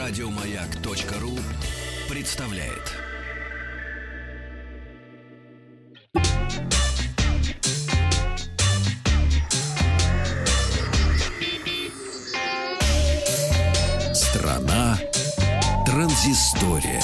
Радиомаяк.ру представляет. Страна транзистория.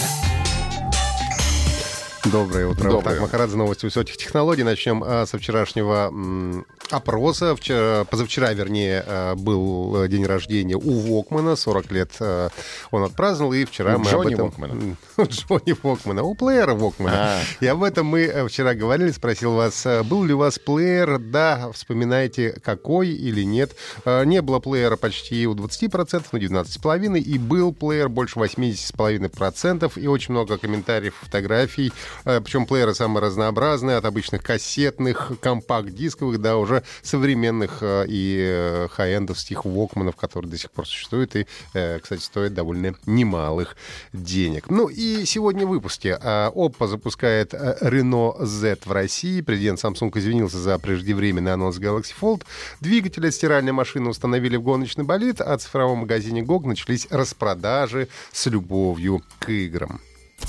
Доброе утро. Доброе. Так, Махарадзе, новости высоких технологий. Начнем со вчерашнего опроса. Позавчера, был день рождения у Вокмана. 40 лет он отпраздновал. И вчера мы Джонни об этом... Вокмана. Джонни Вокмана. У плеера Вокмана. И об этом мы вчера говорили. Спросил вас, был ли у вас плеер? Да, вспоминаете, какой или нет. Не было плеера почти у 20%, но 19,5%. И был плеер больше 80,5%. И очень много комментариев, фотографий. Причем плееры самые разнообразные, от обычных кассетных, компакт-дисковых до уже современных и хай-эндовских Вокманов, которые до сих пор существуют и, кстати, стоят довольно немалых денег. Ну и сегодня в выпуске. Oppo запускает Reno Z в России. Президент Samsung извинился за преждевременный анонс Galaxy Fold. Двигатель от стиральной машины установили в гоночный болид, а в цифровом магазине GOG начались распродажи с любовью к играм.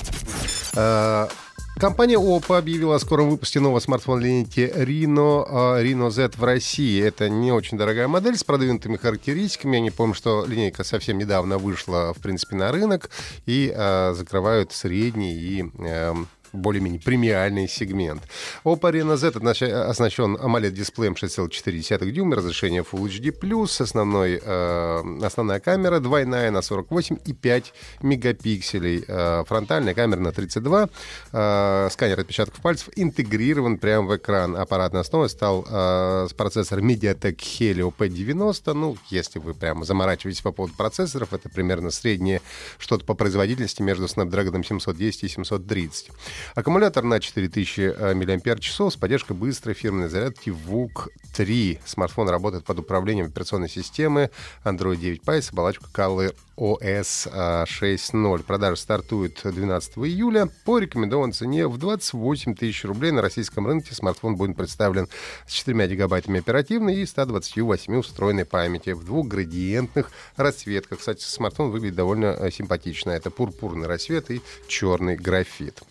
Компания Oppo объявила о скором выпуске нового смартфона линейки Reno Z в России. Это не очень дорогая модель с продвинутыми характеристиками. Я не помню, что линейка совсем недавно вышла, в принципе, на рынок. И закрывают средний и более-менее премиальный сегмент. Oppo Reno Z оснащен AMOLED-дисплеем 6,4 дюйма, разрешение Full HD+, основная камера двойная на 48,5 мегапикселей, фронтальная камера на 32, сканер отпечатков пальцев интегрирован прямо в экран. Аппаратной основой стал процессор MediaTek Helio P90. Ну, если вы прямо заморачиваетесь по поводу процессоров, это примерно среднее что-то по производительности между Snapdragon 710 и 730. Аккумулятор на 4000 мАч с поддержкой быстрой фирменной зарядки VOOC 3. Смартфон работает под управлением операционной системы Android 9 Pie с оболочкой ColorOS 6.0. Продажи стартуют 12 июля по рекомендованной цене в 28 тысяч рублей. На российском рынке смартфон будет представлен с 4 гигабайтами оперативной и 128 встроенной памяти в двухградиентных расцветках. Кстати, смартфон выглядит довольно симпатично. Это пурпурный рассвет и черный графит.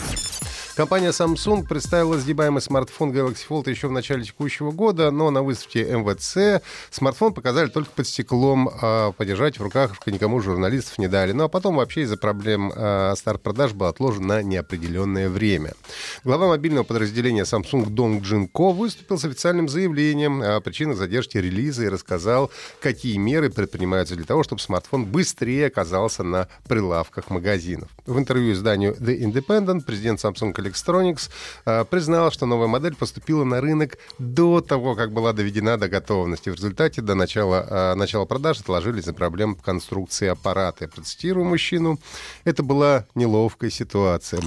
Компания Samsung представила сгибаемый смартфон Galaxy Fold еще в начале текущего года, но на выставке МВЦ смартфон показали только под стеклом, а подержать в руках никому журналистов не дали. Ну а потом вообще из-за проблем старт продаж был отложен на неопределенное время. Глава мобильного подразделения Samsung Донг Джин Ко выступил с официальным заявлением о причинах задержки релиза и рассказал, какие меры предпринимаются для того, чтобы смартфон быстрее оказался на прилавках магазинов. В интервью изданию The Independent президент Samsung Electronics признал, что новая модель поступила на рынок до того, как была доведена до готовности. В результате до начала продаж отложили из-за проблем в конструкции аппарата. Я процитирую мужчину. Это была неловкая ситуация.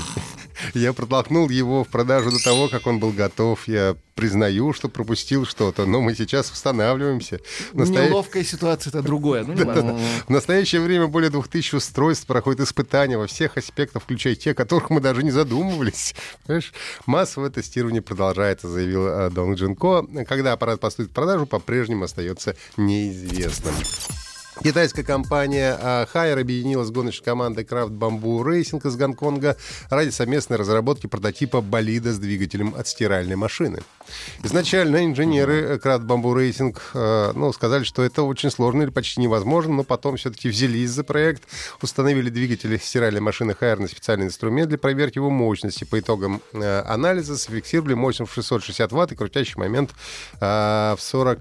Я протолкнул его в продажу до того, как он был готов. Я признаю, что пропустил что-то, но мы сейчас восстанавливаемся. Неловкая ситуация — это другое. В настоящее время более 2000 устройств проходят испытания во всех аспектах, включая те, о которых мы даже не задумывались. Понимаешь? Массовое тестирование продолжается, заявил Донг Джин Ко. Когда аппарат поступит в продажу, по-прежнему остается неизвестным. Китайская компания Haier объединилась с гоночной командой Craft Bamboo Racing из Гонконга ради совместной разработки прототипа болида с двигателем от стиральной машины. Изначально инженеры Craft Bamboo Racing сказали, что это очень сложно или почти невозможно, но потом все-таки взялись за проект, установили двигатель стиральной машины Haier на специальный инструмент для проверки его мощности. По итогам анализа зафиксировали мощность в 660 Вт и крутящий момент в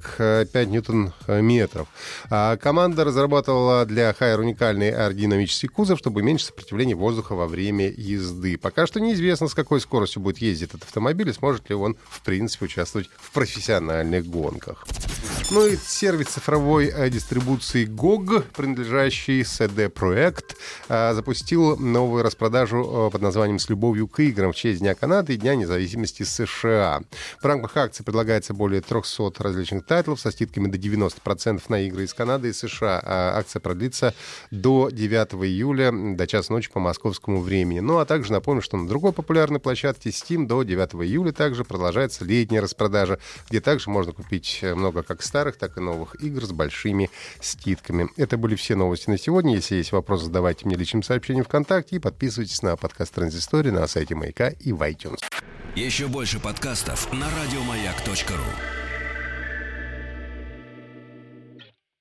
45 ньютон-метров. Команда разрабатывала для Haier уникальный аэродинамический кузов, чтобы уменьшить сопротивление воздуха во время езды. Пока что неизвестно, с какой скоростью будет ездить этот автомобиль и сможет ли он, в принципе, участвовать в профессиональных гонках. Ну и сервис цифровой дистрибуции GOG, принадлежащий CD Projekt, запустил новую распродажу под названием «С любовью к играм» в честь Дня Канады и Дня независимости США. В рамках акции предлагается более 300 различных тайтлов со скидками до 90% на игры из Канады и США. Акция продлится до 9 июля, до часа ночи по московскому времени. Ну а также напомню, что на другой популярной площадке Steam до 9 июля также продолжается летняя распродажа, где также можно купить много как старых, старых, так и новых игр с большими скидками. Это были все новости на сегодня. Если есть вопросы, задавайте мне личным сообщением ВКонтакте и подписывайтесь на подкаст «Транзистория» на сайте Маяка и в iTunes. Еще больше подкастов на радиомаяк.ру.